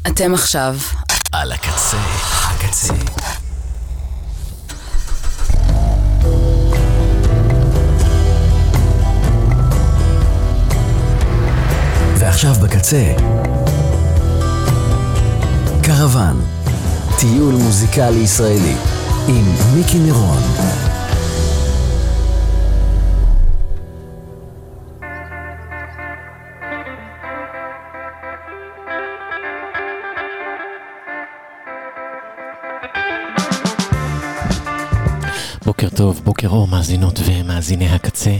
אתם עכשיו על הקצה, הקצה. ועכשיו בקצה, קרוון, טיול מוזיקלי ישראלי עם מיקי נירון. בוקר טוב, בוקר אור מאזינות ומאזיני הקצה.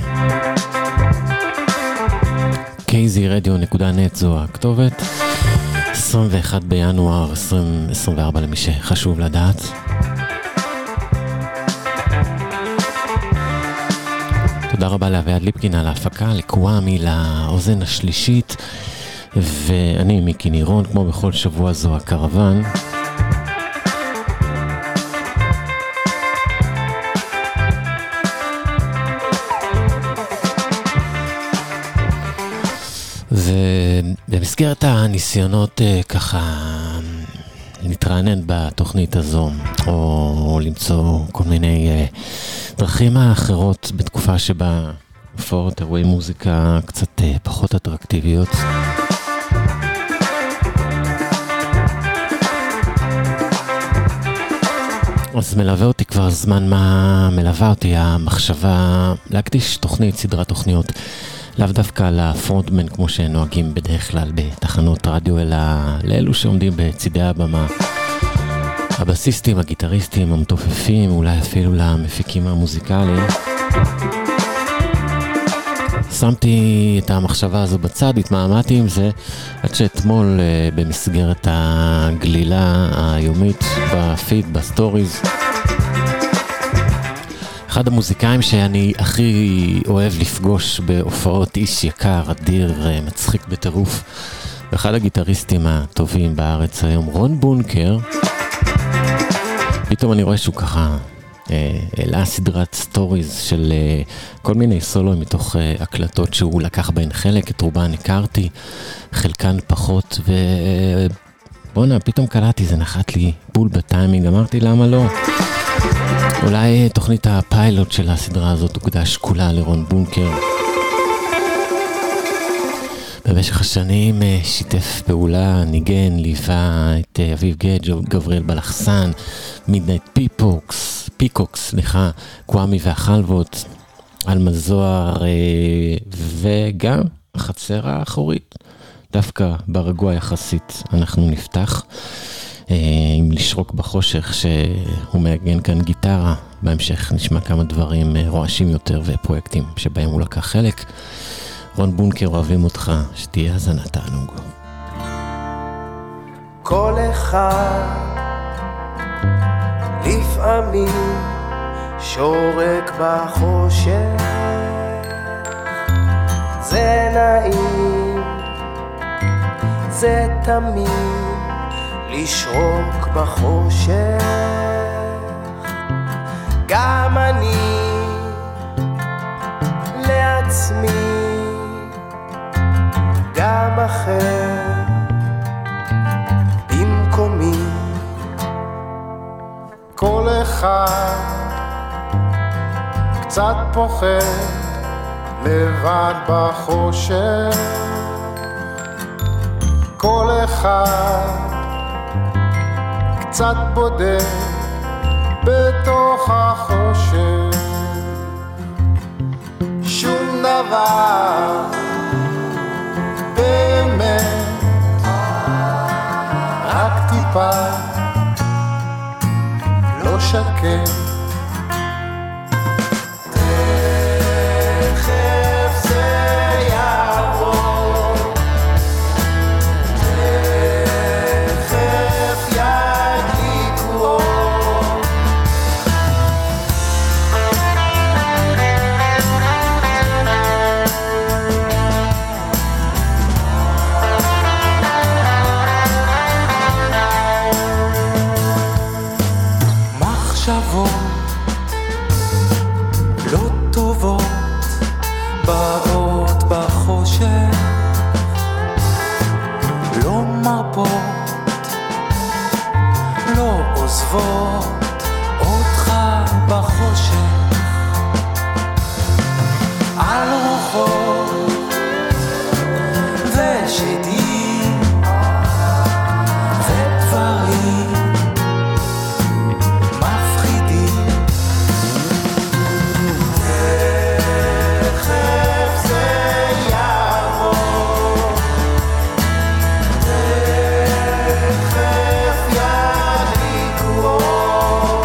kzradio.net זו הכתובת. 21 בינואר 2024 למי שחשוב לדעת. תודה רבה לאביעד ליפקין על ההפקה, לקוואמי לאוזן השלישית, ואני מיקי נירון, כמו בכל שבוע זו הקרוון. ובמסגרת הניסיונות ככה להתרענן בתוכנית הזו, או למצוא כל מיני דרכים האחרות בתקופה שבה הופעות אירועי מוזיקה קצת פחות אטרקטיביות. אז מלווה אותי כבר זמן מלווה אותי המחשבה להקדיש תוכנית, סדרת תוכניות, לאו דווקא לפרונטמן כמו שנוהגים בדרך כלל בתחנות רדיו, אלא לאלו שעומדים בצידי הבמה, הבסיסטים, הגיטריסטים, המתופפים, אולי אפילו למפיקים המוזיקליים. שמתי את המחשבה הזו בצד, התמהמהתי עם זה, עד שאתמול במסגרת הגלילה היומית בפיד, בסטוריז, אחד המוזיקאים שאני הכי אוהב לפגוש בהופעות, איש יקר, אדיר, מצחיק בטירוף, ואחד הגיטריסטים הטובים בארץ היום, רון בונקר. פתאום אני רואה שהוא ככה העלה סדרת סטוריז של כל מיני סולואים מתוך הקלטות שהוא לקח בהן חלק, את רובן הכרתי, חלקן פחות, ובואנה, פתאום קלטתי, זה נחת לי בול בטיימינג, אמרתי למה לא? אולי תוכנית הפיילוט של הסדרה הזאת תוקדש כולה לרון בונקר. במשך השנים שיתף פעולה, ניגן, ליווה את אביב ג'ו, גבריאל בלחסן, מידנייט פיקוקס, קוואמי והחלבות, אלמה זוהר, וגם החצר האחורית. דווקא ברגוע יחסית אנחנו נפתח עם לשרוק בחושך, שהוא מנגן כאן גיטרה. בהמשך נשמע כמה דברים רועשים יותר ופרויקטים שבהם הוא לקח חלק. רון בונקר, אוהבים אותך, שתהיה האזנה תענוג. כל אחד לפעמים שורק בחושך, זה נעים, זה תמיד לשרוק בחושך. גם אני לעצמי, גם אחר במקומי. כל אחד קצת פוחד לבד בחושך, כל אחד קצת בודד בתוך החושך. שום דבר באמת, רק טיפה לא שקט. תכף זה יעבור, תכף ידליק אור. לא טובות באות בחושך, לא מרפות ללוות אותך בחושך על רוחות ושדים ודברים מפחידים. תכף זה יעבור, תכף ידליקו אור.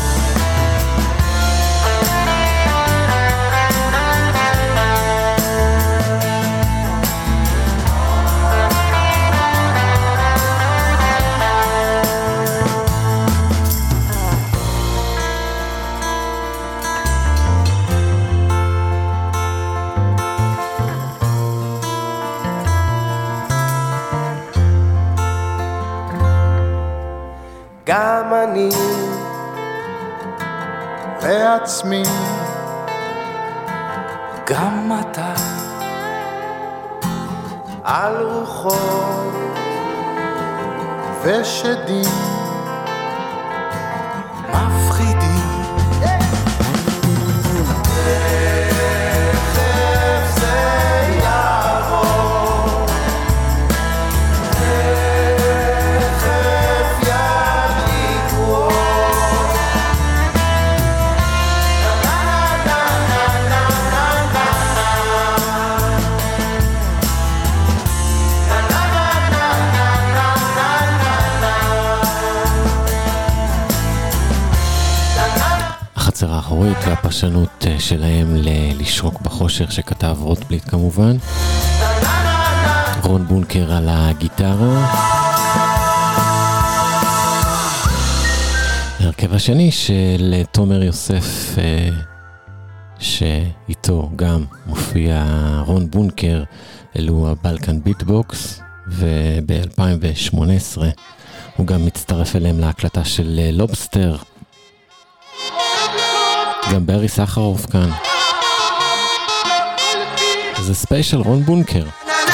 גם אני לעצמי, גם אתה על רוחות ושדים מפחידים. תכף זה יעבור, תכף ידליקו אור. החצר האחורית והפרשנות שלהם לשרוק בחושך שכתב רוטבליט כמובן. רון בונקר על הגיטרה. הרכב השני של תומר יוסף שאיתו גם מופיע רון בונקר, אלו הבלקן ביטבוקס, וב-2018 הוא גם מצטרף אליהם להקלטה של לובסטר. גם ברי סחרוף כאן. זה ספיישל רון בונקר.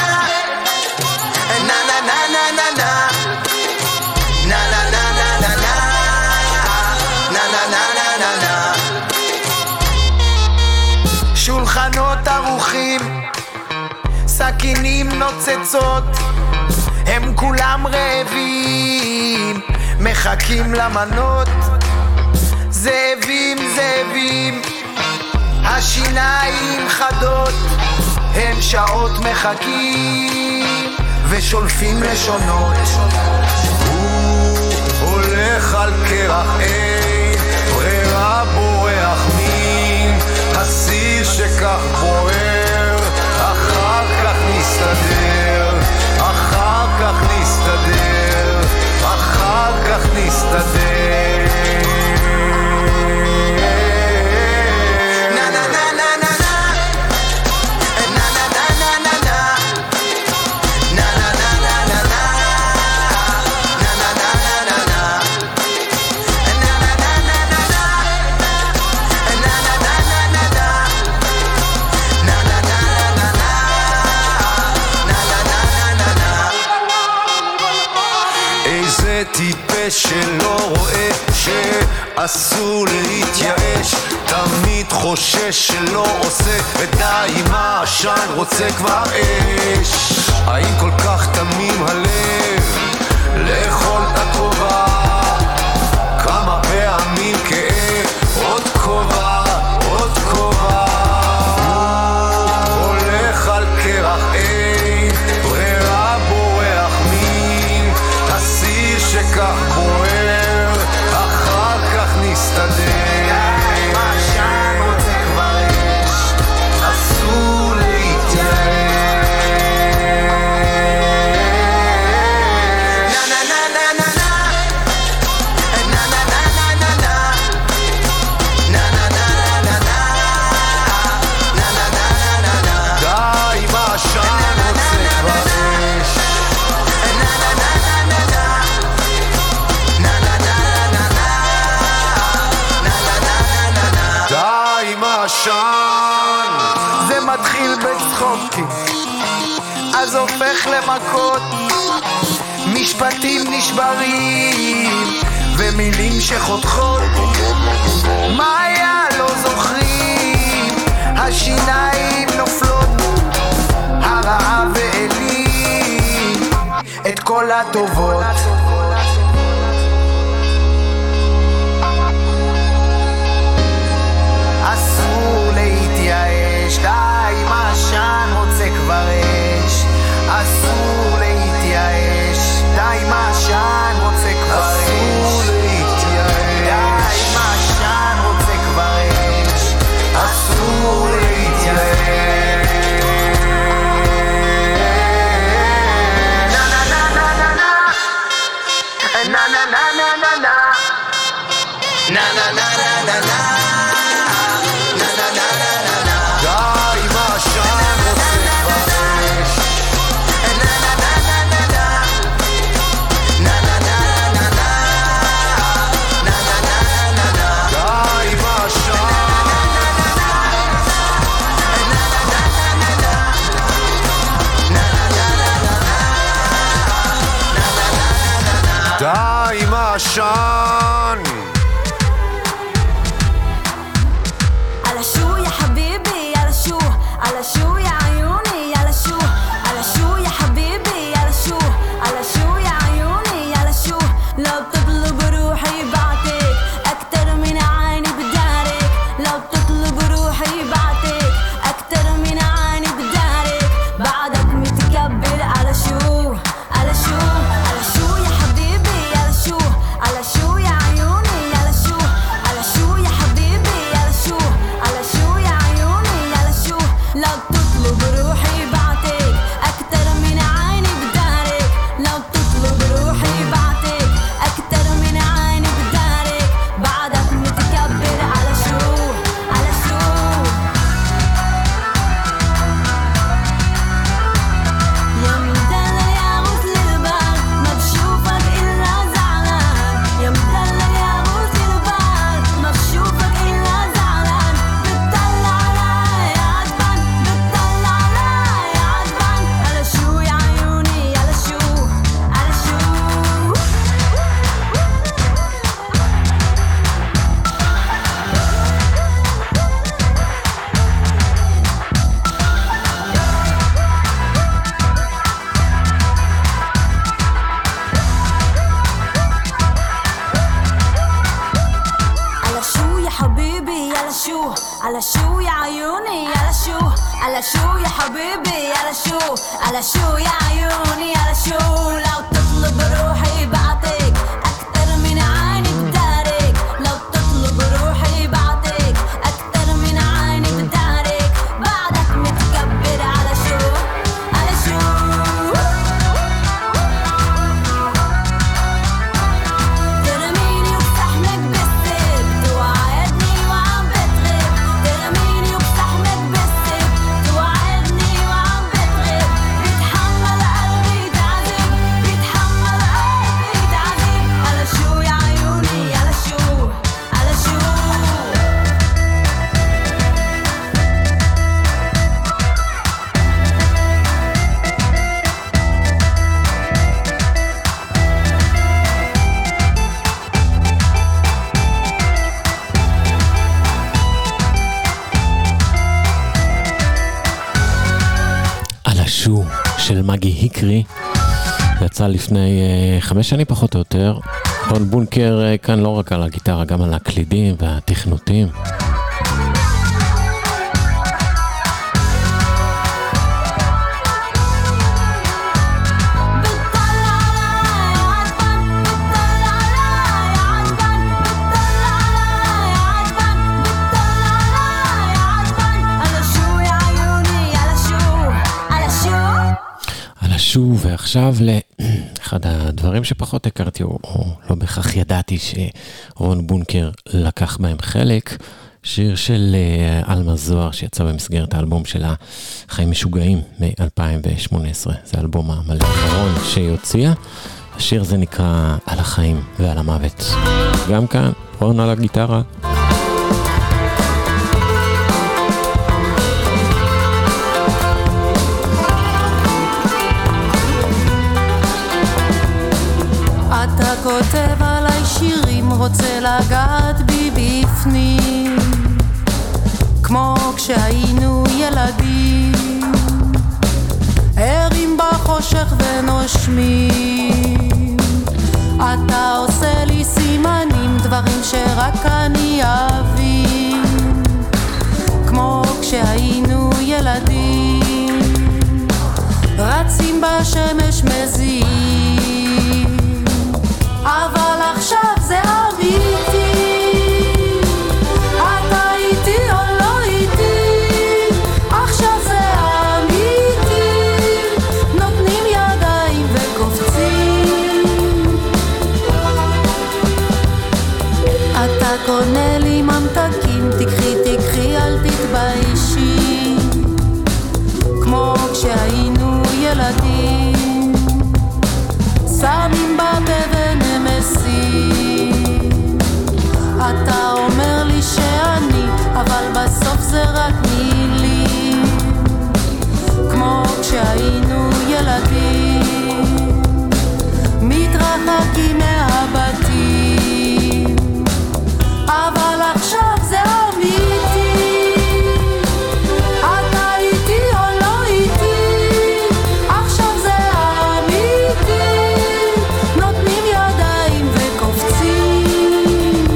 שולחנות ערוכים, סכינים נוצצות, הם כולם רעבים, מחכים למנות. זאבים זאבים, השיניים חדות, הם שעות מחכים ושולפים לשונות. הוא הולך על קרח, אין ברירה, בורח מן הסיר שכך בוער. אחר כך נסתדר, אחר כך נסתדר, אחר כך נסתדר. טיפש שלא רואה שאסור להתייאש, תמיד חושש שלא עושה ודי עם העשן, רוצה כבר אש. האם כל כך תמים הלב לאכול את הכובע? כמה פעמים כאב, עוד כובע, עוד כובע. הוא הולך על קרח, אין ברירה, בורח מן הסיר שכך בוער. אחר כך נסתדר, מה שם רוצה כבר יש, אסור להתייאש. זה מתחיל בצחוקים, אז הופך למכות, משפטים נשברים ומילים שחותכות מה היה לא זוכרים השיניים נופלות הרעה ואלי את כל הטובות אסור להתייאש די מה שאני רוצה כבר אש אסור להתייאש די מה שאני רוצה כבר אש די מה שאני רוצה כבר אש אסור להתייאש נה נה נה נה נה נה נה נה נה נה נה נה נה נה נה נה די עם העשן على شو يا حبيبي على شو على شو يا عيوني على شو على شو يا حبيبي على شو على شو يا عيوني على شو لو تطلب روحي بعتك أكتر من عيني بدارك لو تطلب روحي بعتك أكتر من عيني بدارك بعدك متكبر على شو على شو على شو يا حبيبي على شو على شو يا عيوني على شو على شو يا حبيبي على شو على شو يا عيوني على شو لو تطلب روحي بعتك أكتر من عيني بدارك لو تطلب روحي بعتك أكتر من عيني بدارك بعدك متكبر على شو على شو يا مدلل يا غزل البال ما بشوفك إلا زعلان يا مدلل يا غزل البال ما بشوفك إلا زعلان بتطلع علي عجبان بتطلع علي عجبان على شو يا عيوني على شو على شو على شو يا حبيبي على شو على شو يا عيوني على شو على شو يا حبيبي على شو على شو يا عيوني على شو لو تطلب روحي بعتك أكتر من عيني بدارك لو تطلب روحي بعتك أكتر من عيني بدارك بعدك متكبر على شو على شو ترميني وبسحمك بالسب توعدني وعم بتغيب ترميني وبسحمك بالسب توعدني وعم بتغيب بيتحمل قلبي تعذب بيتحمل قلبي تعذب على شو يا عيوني على شو على شو על השו של מגי היקרי יצא לפני 5 שנים פחות או יותר. רון בונקר כאן לא רק על הגיטרה, גם על הקלידים והתכנותים. שוב, ועכשיו לאחד הדברים שפחות הכרתי, או לא בכך ידעתי שרון בונקר לקח בהם חלק, שיר של אלמה זוהר שיצא במסגרת האלבום שלה חיים משוגעים מ-2018. זה האלבום המלא האחרון שהיא הוציאה. השיר זה נקרא על החיים ועל המוות. גם כאן, רון על הגיטרה. אתה כותב עליי השירים רוצה לגעת בי בפנים, כמו כשהיינו ילדים, ערים בחושך ונושמים. אתה עושה לי סימנים, דברים שרק אני אבין, כמו כשהיינו ילדים, רצים בשמש מזיעים. אבל עכשיו זה אמיתי, אתה איתי או לא איתי, עכשיו זה אמיתי, נותנים ידיים וקופצים. אתה קונה לי ממתקים, תקחי אל תתביישי, כמו כשהיינו ילדים, שמים בפה ונמסים. אתה אומר לי שאני, אבל בסוף זה רק מילים, כמו כשהיינו ילדים, מתרחקים מהבתים. אבל עכשיו זה אמיתי, אתה איתי או לא איתי, עכשיו זה אמיתי, נותנים ידיים וקופצים.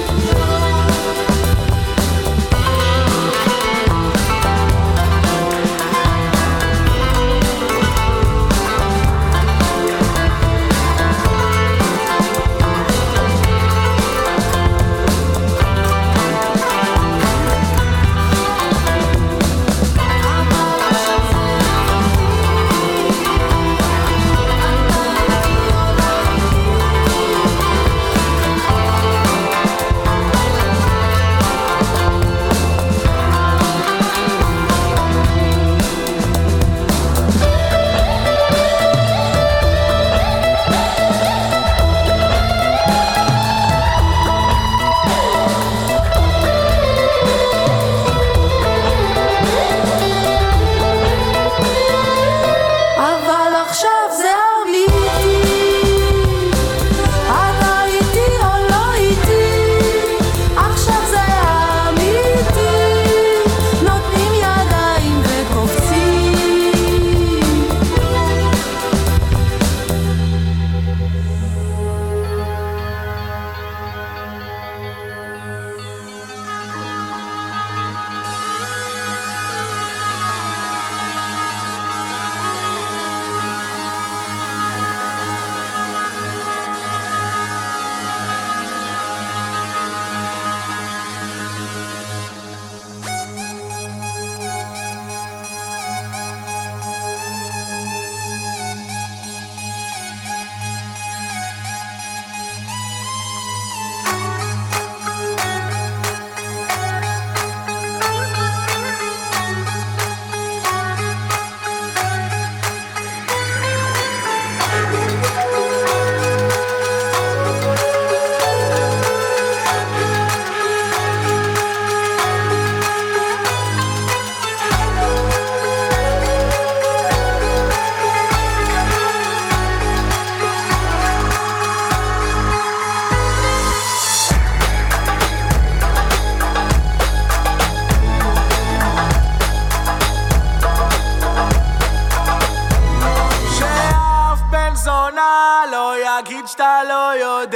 להגיד שאתה לא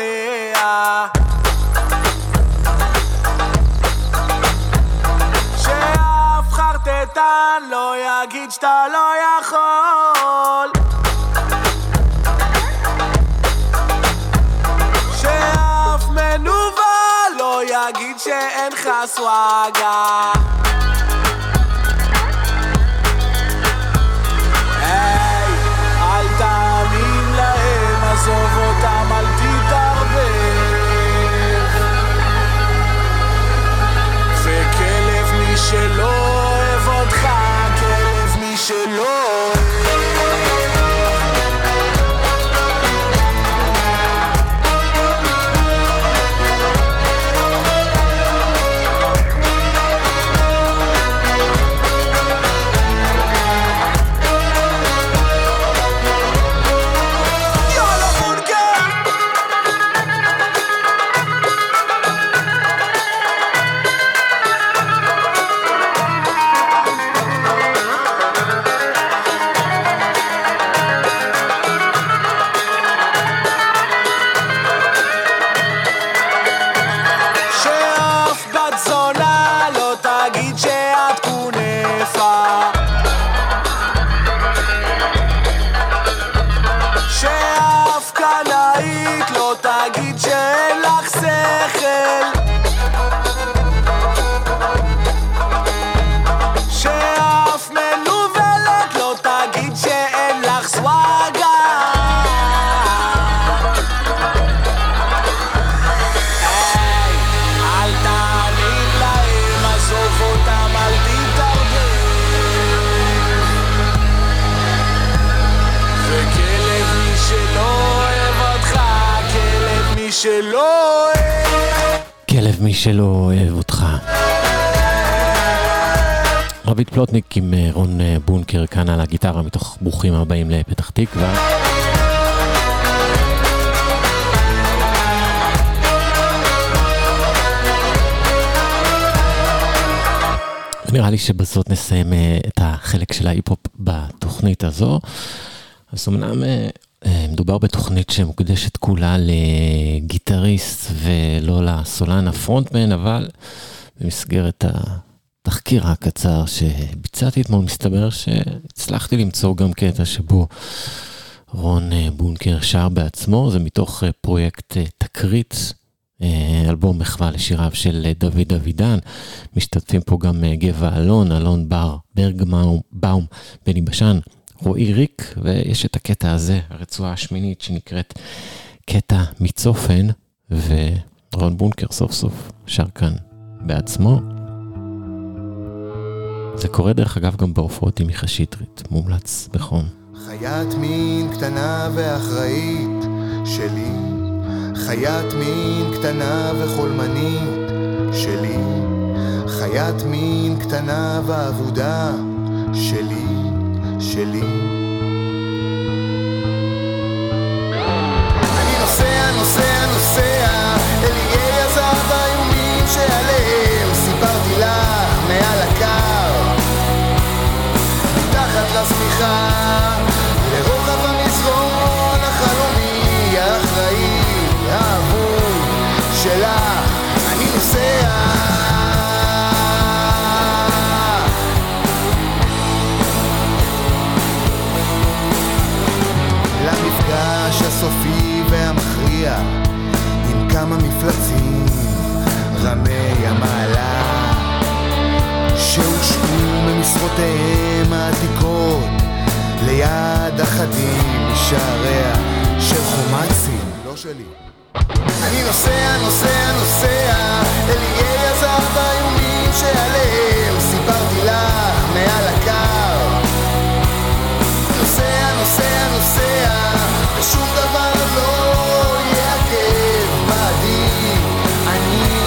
יודע, שאף חרטטן לא יגיד שאתה לא יכול, שאף מנוול לא יגיד שאין לך סוואגה. עזוב אותם, אל תתערבב, וכלב מי שלא אוהב אותך, כלב מי שלא אוהב. שלא אוהב. כלב מי שלא אוהב אותך. רביד פלוטניק עם רון בונקר כאן על הגיטרה מתוך ברוכים הבאים לפתח תקווה. נראה לי שבזאת נסיים את החלק של ההיפ-הופ בתוכנית הזו. אז אמנם מדובר בתוכנית שמוקדשת כולה לגיטריסט ולא לסולן הפרונטמן, אבל במסגרת התחקיר הקצר שביצעתי אתמול מסתבר שהצלחתי למצוא גם קטע שבו רון בונקר שר בעצמו. זה מתוך פרויקט תקרית, אלבום מחווה לשיריו של דוד אבידן. משתתפים פה גם גבע אלון, אלון ברגבאום, בני בשן, רועי ריק, ויש את הקטע הזה, הרצועה השמינית שנקראת קטע מצופן, ורון בונקר סוף סוף שר כאן בעצמו. זה קורה דרך אגב גם בהופעות עם מיכה שטרית, מומלץ בחום. חיית מין קטנה ואחראית שלי, חיית מין קטנה וחולמנית שלי, חיית מין קטנה ועבודה שלי, שלי. אני נוסע, נוסע, נוסע אל איי הזהב האיומים שעליהם סיפרתי לך מעל הקר, מתחת לשמיכה לרוחב המזרון החלומי האחראי האבוד שלה. אני נוסע למפגש הסופי והמכריע עם כמה מפלצים רמי המעלה שהושפעו ממשרותיהם העתיקות ליד אחדים משעריה של חומצים לא שלי. אני נוסע, נוסע, נוסע אל איי הזהב האיומים שעליהם סיפרתי לך מעל הקר. נוסע, נוסע, נוסע ושום דבר לא יעכב בעדי. אני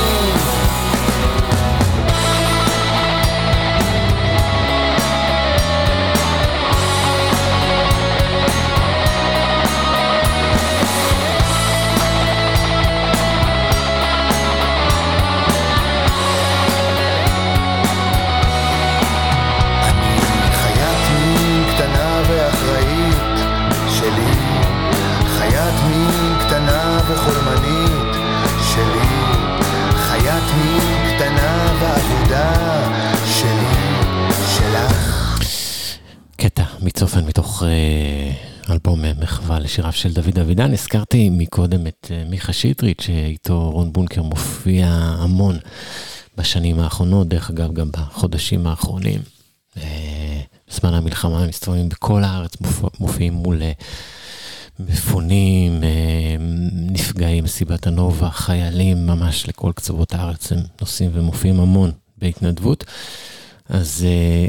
וחולמנית שלי, חיית מין קטנה ועבודה שלי, שלך. קטע מצופן מתוך אלבום מחווה לשיריו של דוד אבידן. הזכרתי מקודם את מיכה שטרית שאיתו רון בונקר מופיע המון בשנים האחרונות, דרך אגב גם בחודשים האחרונים. בזמן המלחמה מסתובבים בכל הארץ, מופיעים מול מפונים, נפגעים, מסיבת הנובה, חיילים, ממש לכל קצוות הארץ הם נוסעים ומופיעים המון בהתנדבות. אז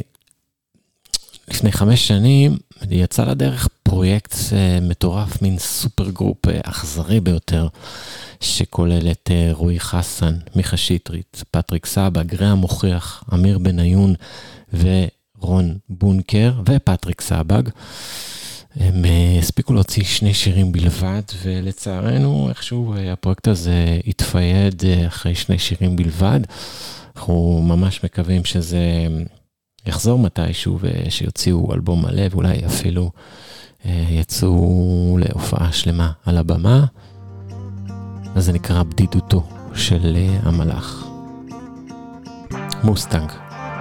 לפני 5 שנים יצא לדרך פרויקט מטורף, מין סופר גרופ אכזרי ביותר, שכולל את רועי חסן, מיכה שטרית, פטריק סבג, רע מוכיח, אמיר בניון ורון בונקר ופטריק סבג. הם הספיקו להוציא 2 שירים בלבד, ולצערנו איכשהו הפרויקט הזה התפייד אחרי 2 שירים בלבד. אנחנו ממש מקווים שזה יחזור מתישהו ושיוציאו אלבום מלא, ואולי אפילו יצאו להופעה שלמה על הבמה. אז זה נקרא בדידותו של המלאך. מוסטנג.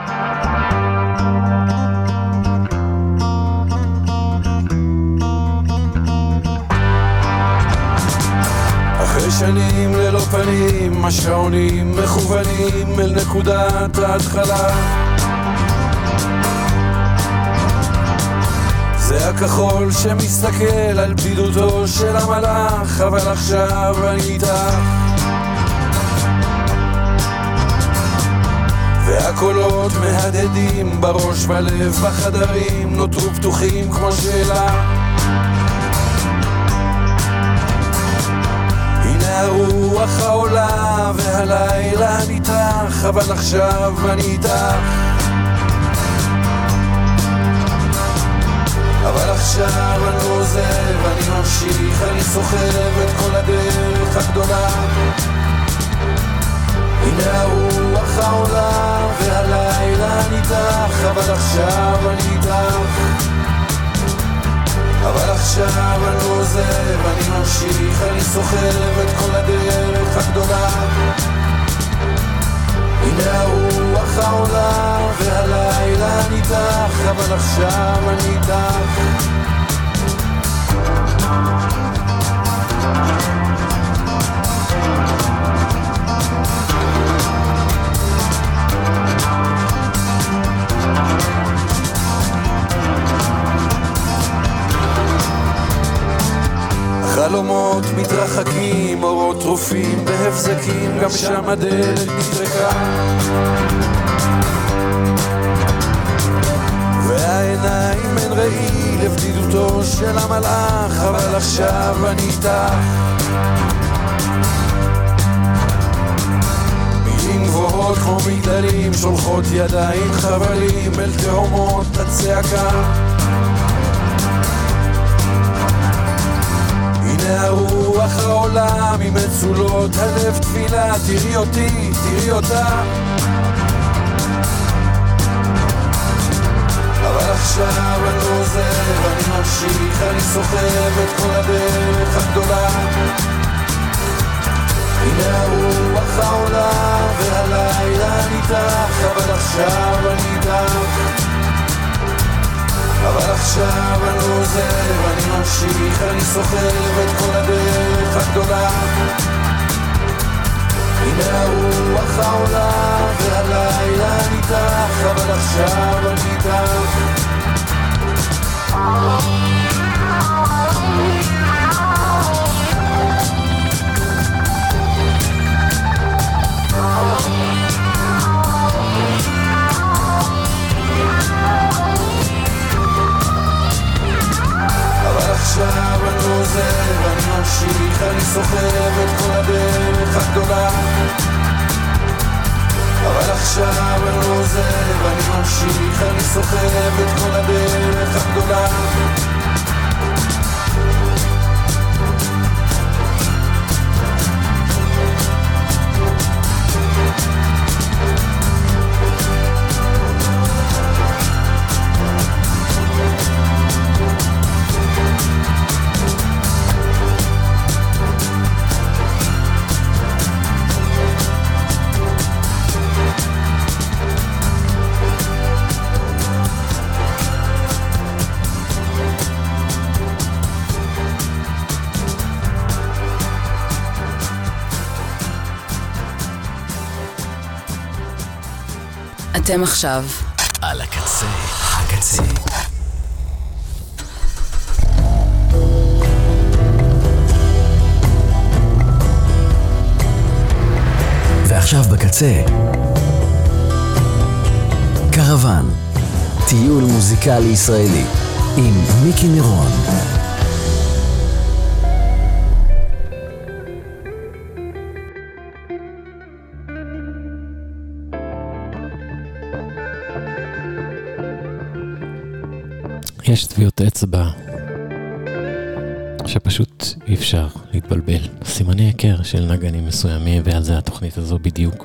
אחרי שנים ללא פנים, השעונים מכוונים אל נקודת ההתחלה. זה הכחול שמסתכל על בדידותו של המלאך, אבל עכשיו אני איתך. והקולות מהדהדים בראש בלב בחדרים, נותרו פתוחים כמו שאלה. הרוח העולה והלילה אני איתך, אבל עכשיו אני איתך. אבל עכשיו אני לא עוזב, אני ממשיך, אני סוחב את כל הדרך הגדולה. הנה הרוח העולה והלילה אני איתך, אבל עכשיו אני איתך. אבל עכשיו אני לא עוזב, אני ממשיך, אני סוחב את כל הדרך הגדולה. הנה הרוח העולה והלילה אני איתך, אבל עכשיו אני איתך. חלומות מתרחקים, אורות טרופים בהבזקים, גם שם הדלת נטרקה. והעיניים הן ראי לבדידותו של המלאך, אבל עכשיו אני איתך. מילים גבוהות כמו מגדלים, שולחות ידיים חבלים אל תהומות הצעקה. הנה הרוח העולה ממצולות הלב תפילה, תראי אותי, תראי אותה. אבל עכשיו אני לא עוזב, אני ממשיך, אני סוחב את כל הדרך הגדולה. הנה הרוח העולה והלילה אני איתך, אבל עכשיו אני איתך. אבל עכשיו אני לא עוזב, אני ממשיך, אני סוחב את כל הדרך הגדולה. הנה הרוח העולה והלילה אני איתך, אבל עכשיו אני איתך. עכשיו אני לא עוזב, אני ממשיך, אני סוחב את כל הדרך הגדולה. אבל עכשיו אני לא עוזב, אני ממשיך, אני סוחב את כל הדרך הגדולה. אתם עכשיו על הקצה, הקצה. ועכשיו בקצה, קרוון, טיול מוזיקלי ישראלי עם מיקי נירון. יש טביעות אצבע שפשוט אי אפשר להתבלבל. סימני הכר של נגנים מסוימים, ועל זה התוכנית הזו בדיוק.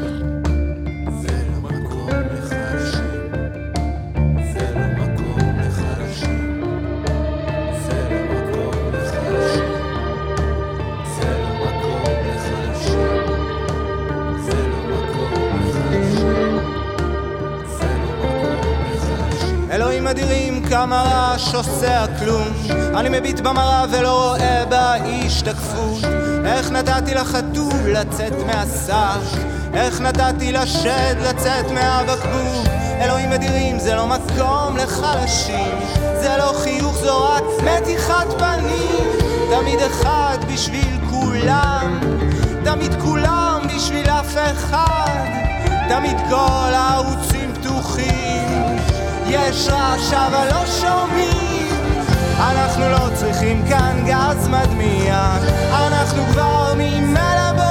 אדירים כמה רעש עושה הכלום, אני מביט במראה ולא רואה בה השתקפות. איך נתתי לחתול לצאת מהשק, איך נתתי לשד לצאת מהבקבוק. אלוהים אדירים, זה לא מקום לחלשים, זה לא חיוך, זו רק מתיחת פנים. תמיד אחד בשביל כולם, תמיד כולם בשביל אף אחד, תמיד כל הערוצים פתוחים. יש רעש אבל לא שומעים, אנחנו לא צריכים כאן גז מדמיע, אנחנו כבר ממלא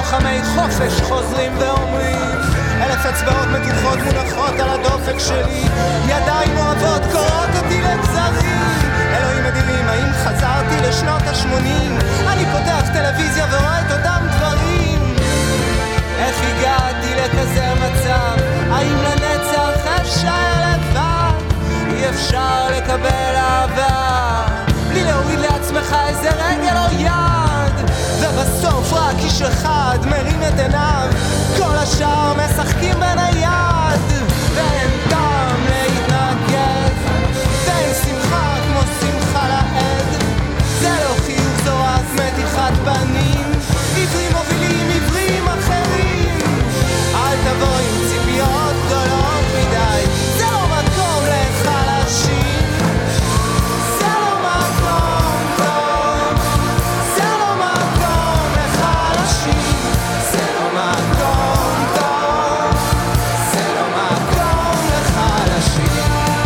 לוחמי חופש חוזרים ואומרים, 1000 אצבעות מתוחות מונחות על הדופק שלי, ידיים אוהבות קוראות אותי לגזרים. אלוהים אדירים, האם חזרתי לשנות ה-80? אני פותח טלוויזיה ורואה את אותם דברים. איך הגעתי לכזה מצב? האם לנצח אפשר לבד? אי אפשר לקבל אהבה בלי להוריד לעצמך איזה רגל או יד, ובסוף רק איש אחד מרים את עיניו, כל השאר משחקים בנייד. ואין טעם להתנגד, ואין שמחה כמו שמחה לעד. זה לא חיוך, זו רק מתיחת פנים, עברים מובילים עברים אחרים. אל תבוא עם ציפיות גדולות מדי, זה לא מקום לחלשים. זה לא מקום טוב, זה לא מקום לחלשים. זה לא מקום טוב, זה לא מקום לחלשים.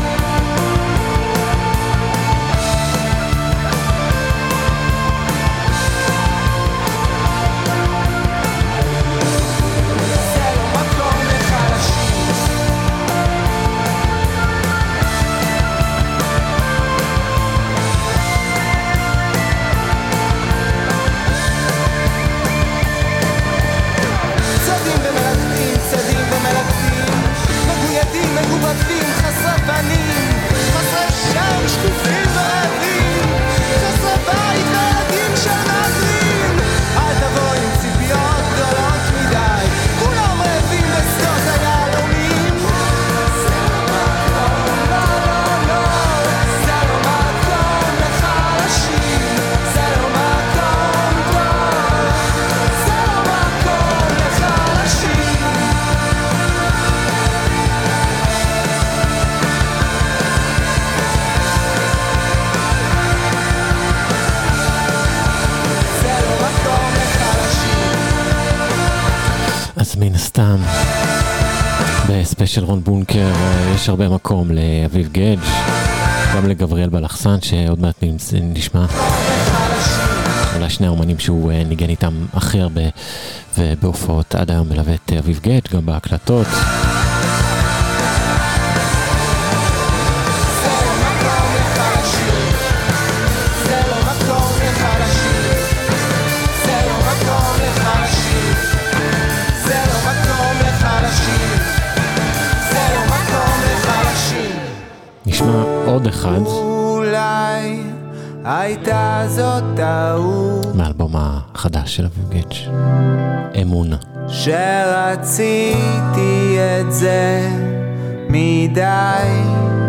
מגובבים, חסרי פנים, חסרי שם, שקופים ורעבים, חסרי בית וילדים של מהגרים. אל תבוא עם ציפיות גדולות מדי, כולם רעבים בשדות היהלומים. זה לא מקום, לא, לא, לא, זה לא מקום לחלשים. זה לא מקום טוב, זה לא מקום לחלשים. אז מן הסתם בספיישל רון בונקר יש הרבה מקום לאביב גדג', גם לגבריאל בלחסן שעוד מעט נשמע, אולי שני האומנים שהוא ניגן איתם הכי הרבה ובהופעות. עד היום מלווה את אביב גדג' גם בהקלטות. נשמע עוד אחד אולי הייתה זאת טעות מהאלבום החדש של אביב גדג', אמונה. שרציתי את זה מדי,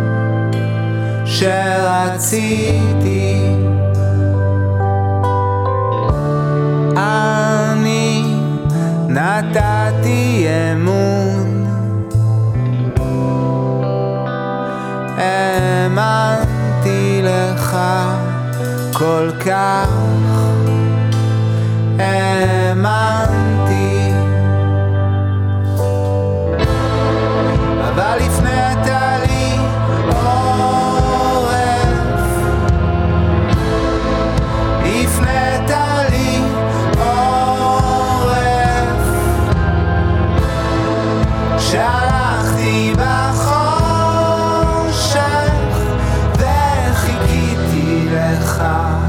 שרציתי אני נתתי אמון, האמנתי לך כל כך, האמנתי, אבל לפנית לי עורף, לפנית לי עורף, שלחתי בחושך וחיכיתי לך.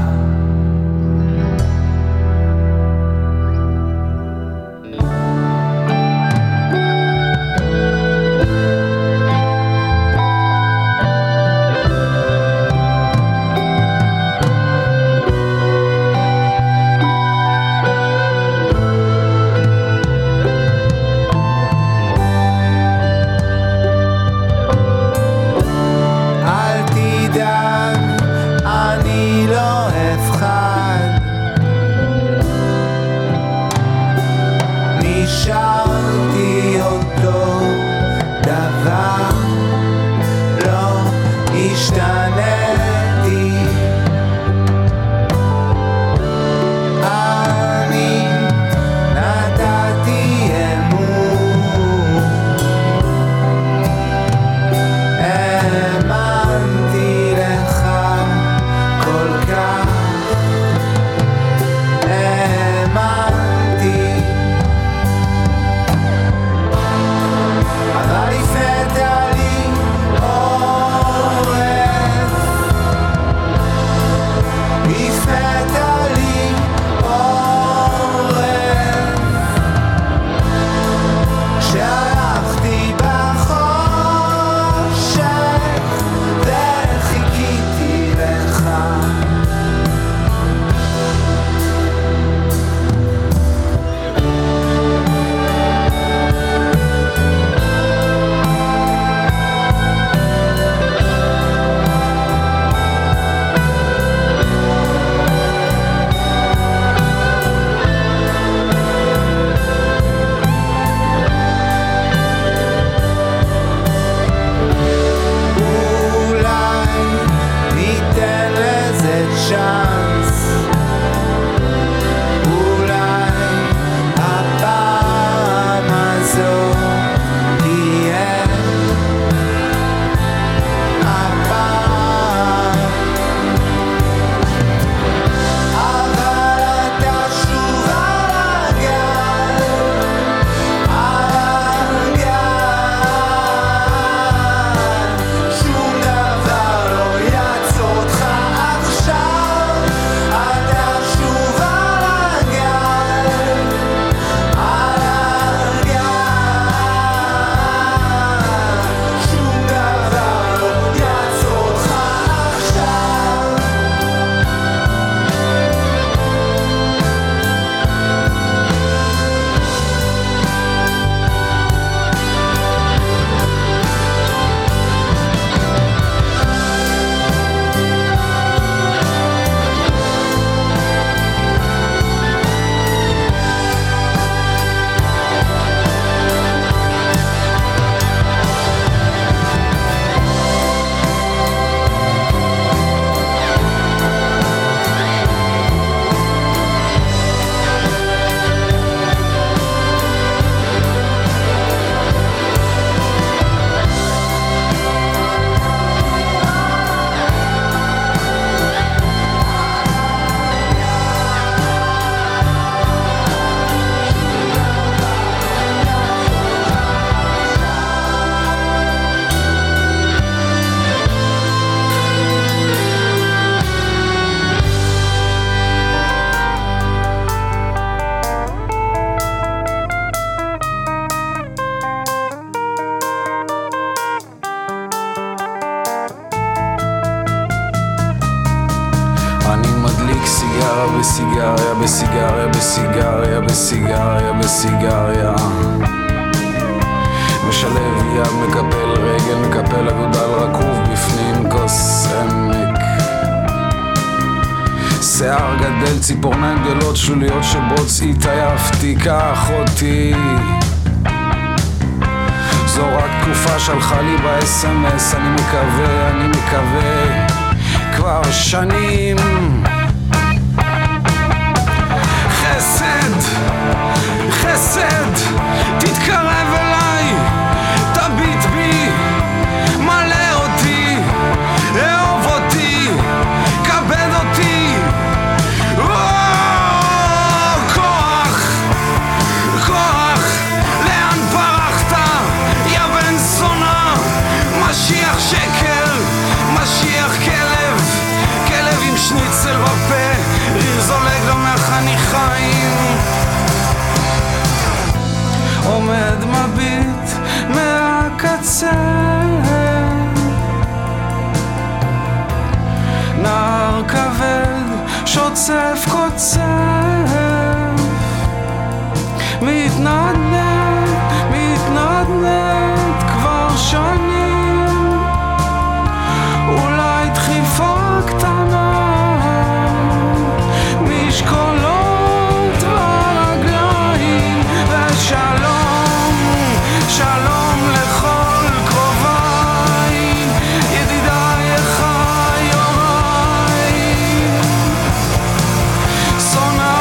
נשארתי אותו דבר, לא השתניתי, אני נתתי אמון, האמנתי לך כל כך, האמנתי, בסיגריה, בסיגריה, בסיגריה, בסיגריה, בסיגריה. משלב יד, מקפל רגל, מקפל אגודל רקוב בפנים כוס עמק. שיער גדל, ציפורניים גדולות, שלוליות שבוץ, התעייפתי, קח אותי. זו רק תקופה שלחה לי ב-SMS, אני מקווה, כבר שנים. חסד, תתקרב אליי, תביט בי, מלא אותי, אהוב אותי, כבד אותי. כוח, לאן פרחת, יא בן זונה, משיח שקר, משיח כלב עם שניצל בפה, ריר זולג לו מהחניכיים. עומד מביט מהקצה, נהר כבד שוצף קוצף, מתנדנד כבר שנים, אולי דחיפה קטנה משקולות ברגליים, שלום לכל קרוביי, ידידיי, אחיי, הוריי, שונאיי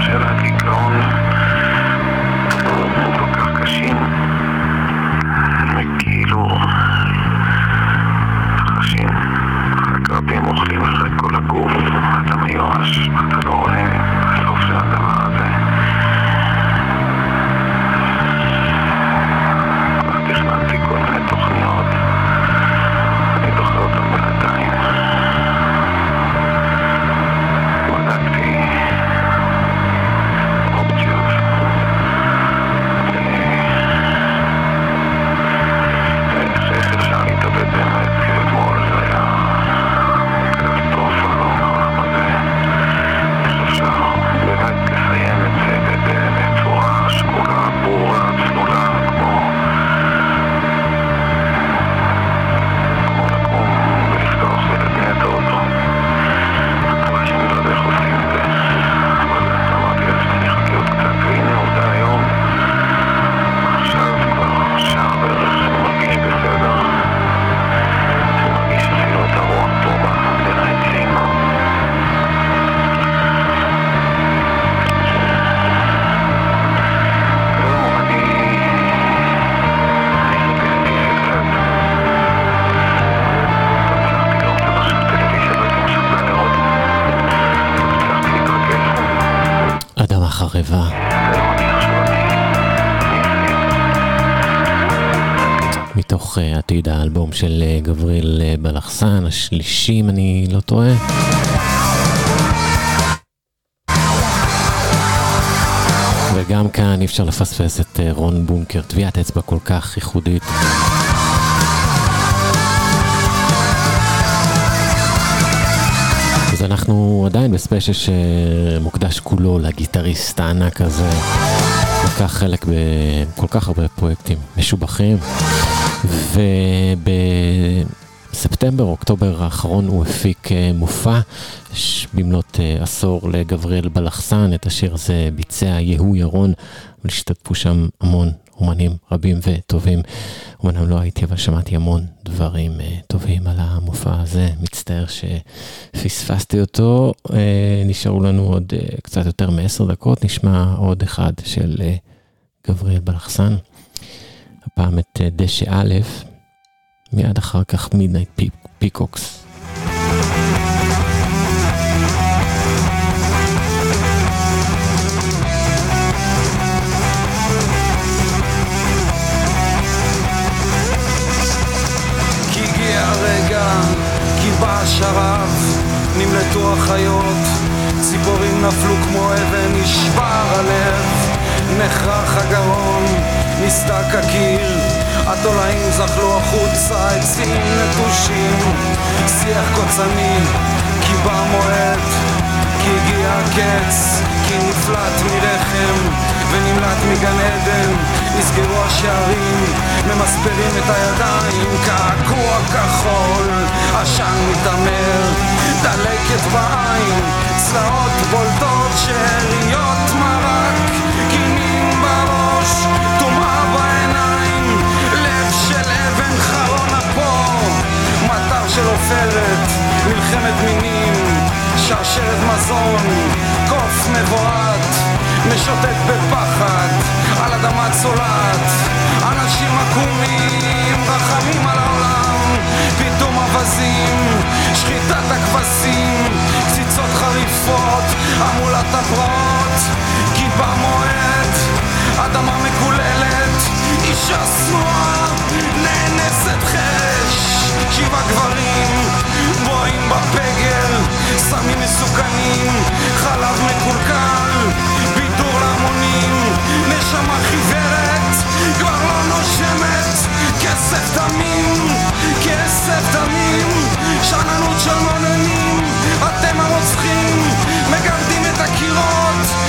של הדיכאון הוא כל כך קשים, וכאילו חשים הקרבים אוכלים אחרי כל הגוף, אתה מיואש, אתה לא רואה בסוף של הדבר הזה. כבר תכננתי כל מיני תוכניות, אני דוחה אותם בינתיים. בדקתי אופציות, איך אפשר להתאבד באמת, כי אתמול זה היה קטסטרופה, לא מהעולם הזה. איך אפשר באמת לסיים את זה בצורה שקולה, ברורה, צלולה, כמו לקום ולפתוח ולבנה את האוטו. אבל שאני לא יודע איך עושים את זה, אבל אמרתי לעצמי, אני אחכה עוד קצת, והנה עובדה היום, עכשיו כבר שעה בערך, אני מרגיש בסדר, אני מרגיש אפילו את הרוח פה בין העצים. זהו, אני טלוויזיה קצת, לא הצלחתי, לא רוצה עכשיו טלוויזיה, לא הייתי מסוגל לראות, לא הצלחתי להתרכז. אדמה חרבה. זהו, אני עכשיו מתוך עתיד האלבום של גבריאל בלחסן, השלישי אם אני לא טועה. וגם כאן אי אפשר לפספס את רון בונקר, טביעת אצבע כל כך ייחודית. אז אנחנו עדיין בספיישל שמוקדש כולו לגיטריסט הענק הזה. לקח חלק בכל כך הרבה פרויקטים משובחים, ובספטמבר, אוקטובר האחרון הוא הפיק מופע במלאת עשור לגבריאל בלחסן. את השיר הזה ביצע יהוא ירון, והשתתפו שם המון אומנים רבים וטובים. אומנם לא הייתי, אבל שמעתי המון דברים טובים על המופע הזה. מצטער שפספסתי אותו. נשארו לנו עוד קצת יותר מ10 דקות. נשמע עוד אחד של גבריאל בלחסן. הפעם את דשא א', מיד אחר כך מידנייט פיקוקס. כי בא השרב, נמלטו החיות, ציפורים נפלו כמו אבן, נשבר הלב, נחרח הגרון, נסתק הקיר, התולעים זחלו החוצה, עצים נטושים, שיח קוצני, כי בא מועד, כי הגיע הקץ, כי נפלט מרחם ונמלט מגן עדן, נסגרו השערים, ממספרים את הידיים, קעקוע כחול, עשן מתאמר, דלקת בעין, צלעות בולטות, שאריות מרק, קינים בראש, תומה בעיניים, לב של אבן חרון אפו, מטר של עופרת, מלחמת מינים, שרשרת מזון, קוף מבועת, משוטט בפחד, על אדמה צולעת, אנשים עקומים, רחמים על העולם, פתאום אבזים, שחיטת הכבשים, קציצות חריפות, עמולת הפרעות, כי במועד, אדמה מקוללת, אישה שנואה, נאנסת חרש, 7 גברים, בואים בפגל, סמים מסוכנים, חלב מקולקל, בידור להמונים, נשמה חיוורת, כבר לא נושמת, כסף תמים, כסף תמים, שננות של מוננים, אתם הרוצחים, מגרדים את הקירות,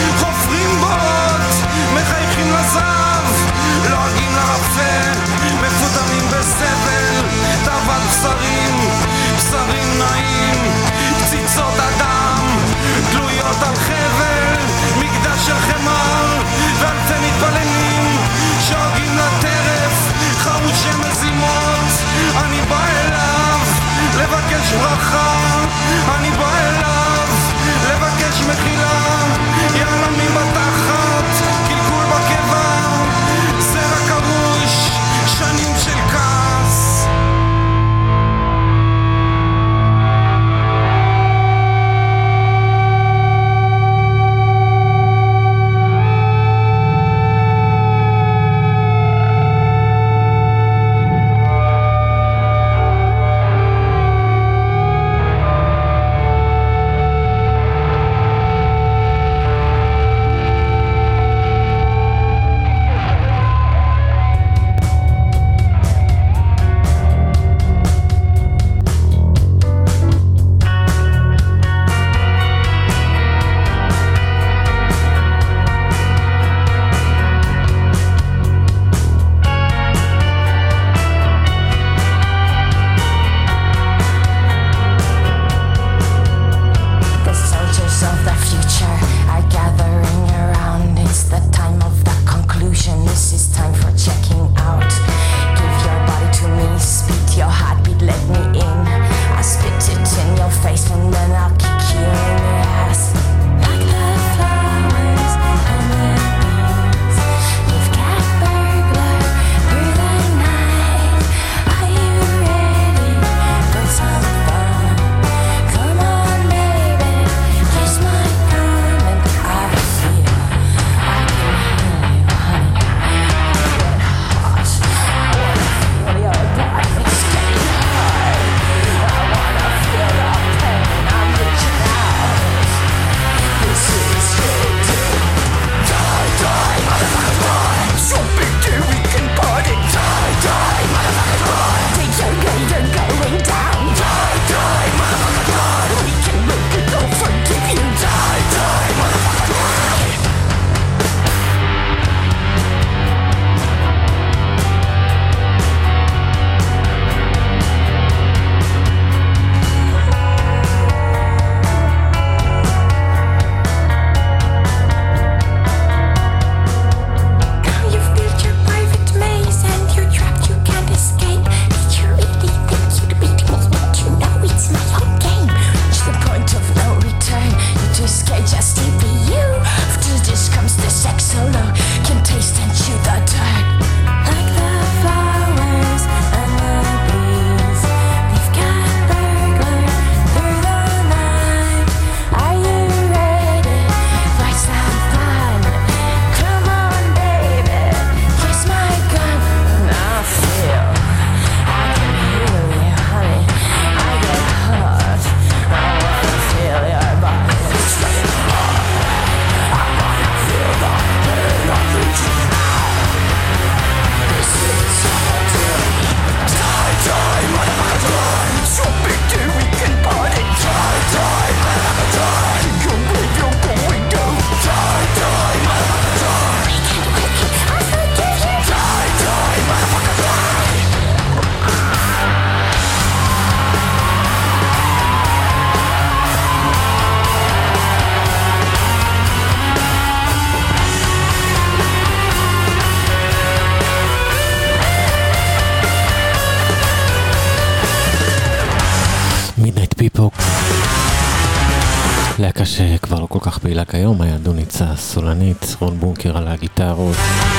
להקה שכבר לא כל כך פעילה כיום, היה דוניצה סולנית, רון בונקר על הגיטרות.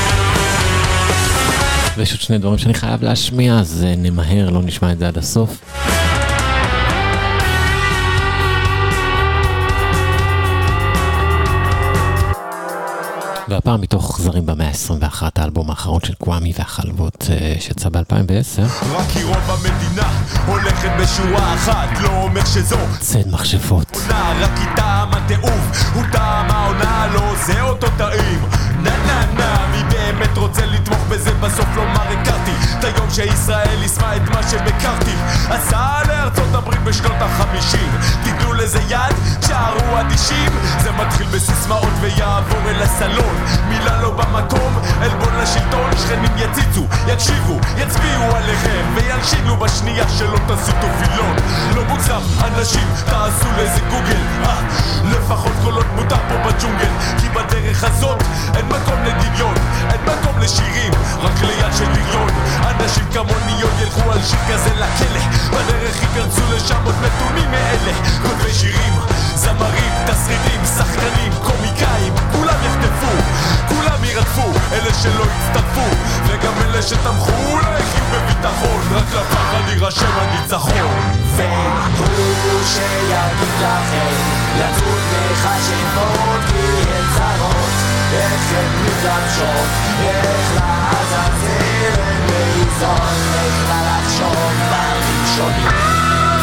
ויש עוד שני דברים שאני חייב להשמיע, אז נמהר, לא נשמע את זה עד הסוף. והפעם מתוך זרים במאה ה-21, האלבום האחרון של קוואמי והחלבות שיצא ב-2010. רק כי רוב המדינה הולכת בשורה אחת, לא אומר שזו צד מחשבות. עונה, רק כי טעם התיעוף הוא טעם העונה, לא זה אותו טעים. נה נה נה, מי באמת רוצה לתמוך בזה בסוף לומר הכרתי את היום שישראל ישמע את מה שבקרתי עשה לארצות הברית בשנות ה-50. תיתנו לזה יד, שערו אדישים, זה מתחיל בסיסמאות ויעבור אל הסלון, מילה לא במקום, אלבון לשלטון, שכנים יציצו, יקשיבו, יצביעו עליכם וינשינו בשנייה שלא תעשו וילון. לא מוצלח, אנשים תעשו לזה גוגל, לפחות קולות מותר פה בג'ונגל, כי בדרך הזאת אין מקום לדמיון, אין מקום לשירים, רק ליד של בריון. אנשים כמוניות ילכו על שיר כזה לכלא, בדרך ייכנסו לשם עוד נתונים מאלה. כותבי שירים, זמרים, תסריטים, שחקנים, קומיקאים, כולם יחטפו, כולם ירדפו, אלה שלא הצטרפו וגם אלה שתמכו לא יחיו בביטחון, רק לפחד יירשם הניצחון. והוא שיגיד לכם לצוד מחשבות כי הן צרות, איך הן מתלבשות, איך לעזאזל הן מעיזות, איך לה לחשוב דברים שונים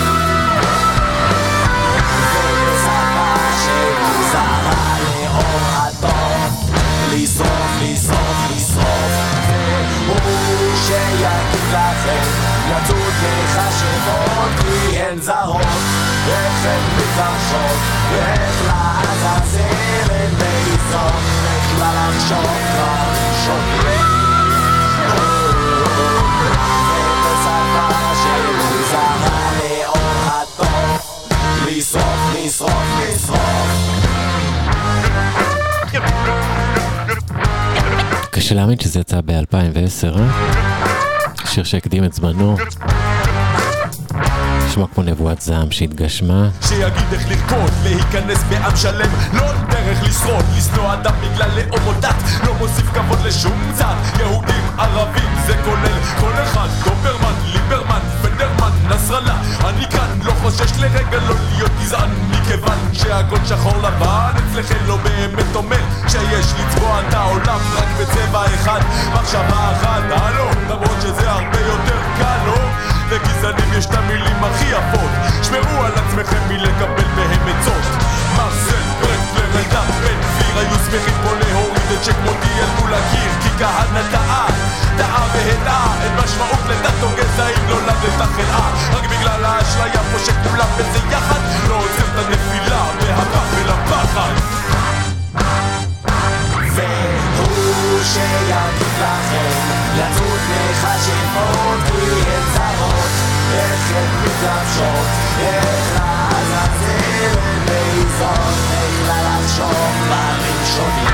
ובשפה שמוזרה לאור הטוב, לשרוף, לשרוף, לשרוף. והוא שיגיד לכם לצוד מחשבות כי הן זרות, איך הן מתלבשות, איך לעזאזל הן מעיזות, איך לה לחשוב דברים שונים ובשפה שמוזרה לאור הטוב, לשרוף, לשרוף, לשרוף. קשה להאמין שזה יצא ב-2010, שיר שהקדים את זמנו, נשמע כמו נבואת זעם שהתגשמה. שיגיד איך לרקוד, להיכנס בעם שלם, לא דרך לשרוד, לשנוא אדם בגלל לאום או דת, לא מוסיף כבוד לשום צד, יהודים, ערבים, זה כולל כל אחד, דוברמן, ליברמן, פנדרמן, נסרלה. אני כאן לא חושש לרגע לא להיות גזען, מכיוון שהכל שחור לבן אצלכם לא באמת אומר שיש לצבוע את העולם רק בצבע אחד, מחשבה אחת, הלו, למרות שזה הרבה יותר קל, לא? לגזענים יש את המילים הכי יפות, שמרו על עצמכם מלקבל מהם עצות. מרסל, ברנדלר, אלדד, בן גביר היו שמחים פה להוריד את שכמותי אל מול הקיר, כי כהנא טעה והטעה, אין משמעות לדת או גזע אם נולדת חלאה, רק בגלל האשליה פה שכולם בזה יחד לא עוצר את הנפילה מהפח ולפחד. והוא שיגיד לכם לצוד מחשבות כי הן צרות, איך הן מתלבשות, איך לעזאזל הן מעיזות, איך לה לחשוב דברים שונים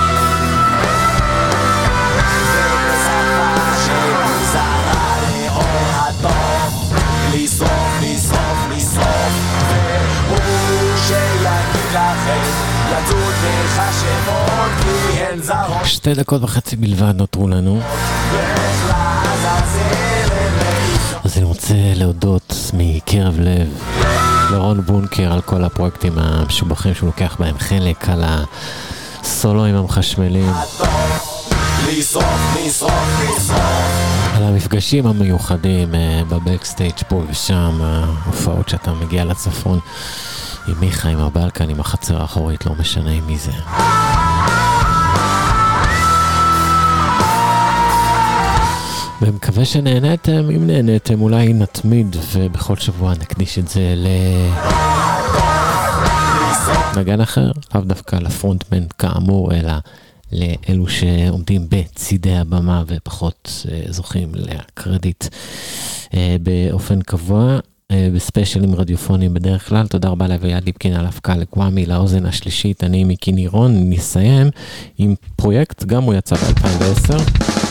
ובשפה שמוזרה לאור הטוב, לשרוף, לשרוף, לשרוף. והוא שיגיד לכם לצוד מחשבות כי הן זרות, 2 דקות וחצי בלבד נותרו לנו, אז אני רוצה להודות מקרב לב לרון בונקר על כל הפרויקטים המשובחים שהוא לוקח בהם חלק, על הסולואים המחשמלים, על המפגשים המיוחדים בבקסטייג' פה ושם, ההופעות שאתה מגיע לצפון עם מיכה, עם הבלקן, עם החצר האחורית, לא משנה מי זה. ומקווה שנהנתם, אם נהנתם אולי נתמיד ובכל שבוע נקדיש את זה לנגן אחר, לאו דווקא לפרונטמן כאמור, אלא לאלו שעומדים בצידי הבמה ופחות זוכים לקרדיט באופן קבוע, בספיישלים רדיופונים בדרך כלל. תודה רבה לאביעד ליפקין על ההפקה, לקוואמי לאוזן השלישית, אני מיקי נירון. נסיים עם פרויקט, גם הוא יצא ב-2010,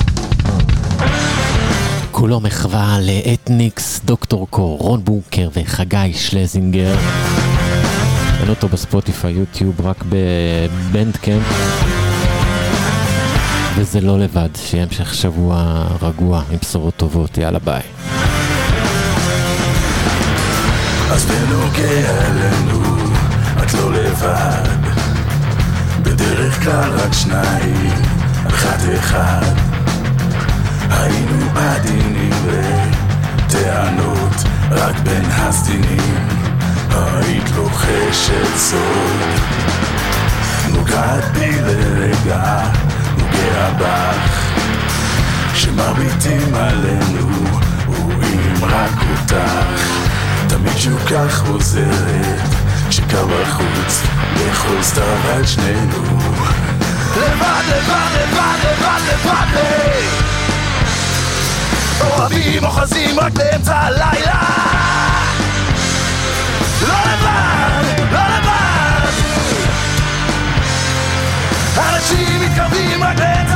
כולו מחווה לאתניקס, דוקטור קור, רון בונקר וחגי שלזינגר. אין אותו בספוטיפיי, יוטיוב, רק בבנדקאמפ. וזה לא לבד, שיהיה המשך שבוע רגוע עם בשורות טובות, יאללה ביי. אז בנוגע אלינו, את לא לבד, בדרך כלל רק שניים, אחד היינו עדינים לטענות, רק בין הסדינים, היית לוחשת סוד, נוגעת בי לרגע, נוגע בך, שמרביטים עלינו, רואים רק אותך, תמיד שהוא כך עוזרת, כשקר בחוץ, בכל סתיו על שנינו. לבד, לבד, לבד, לבד, לבד, אוהבים אוחזים רק באמצע הלילה. לא לבד, לא לבד, אנשים מתקרבים רק באמצע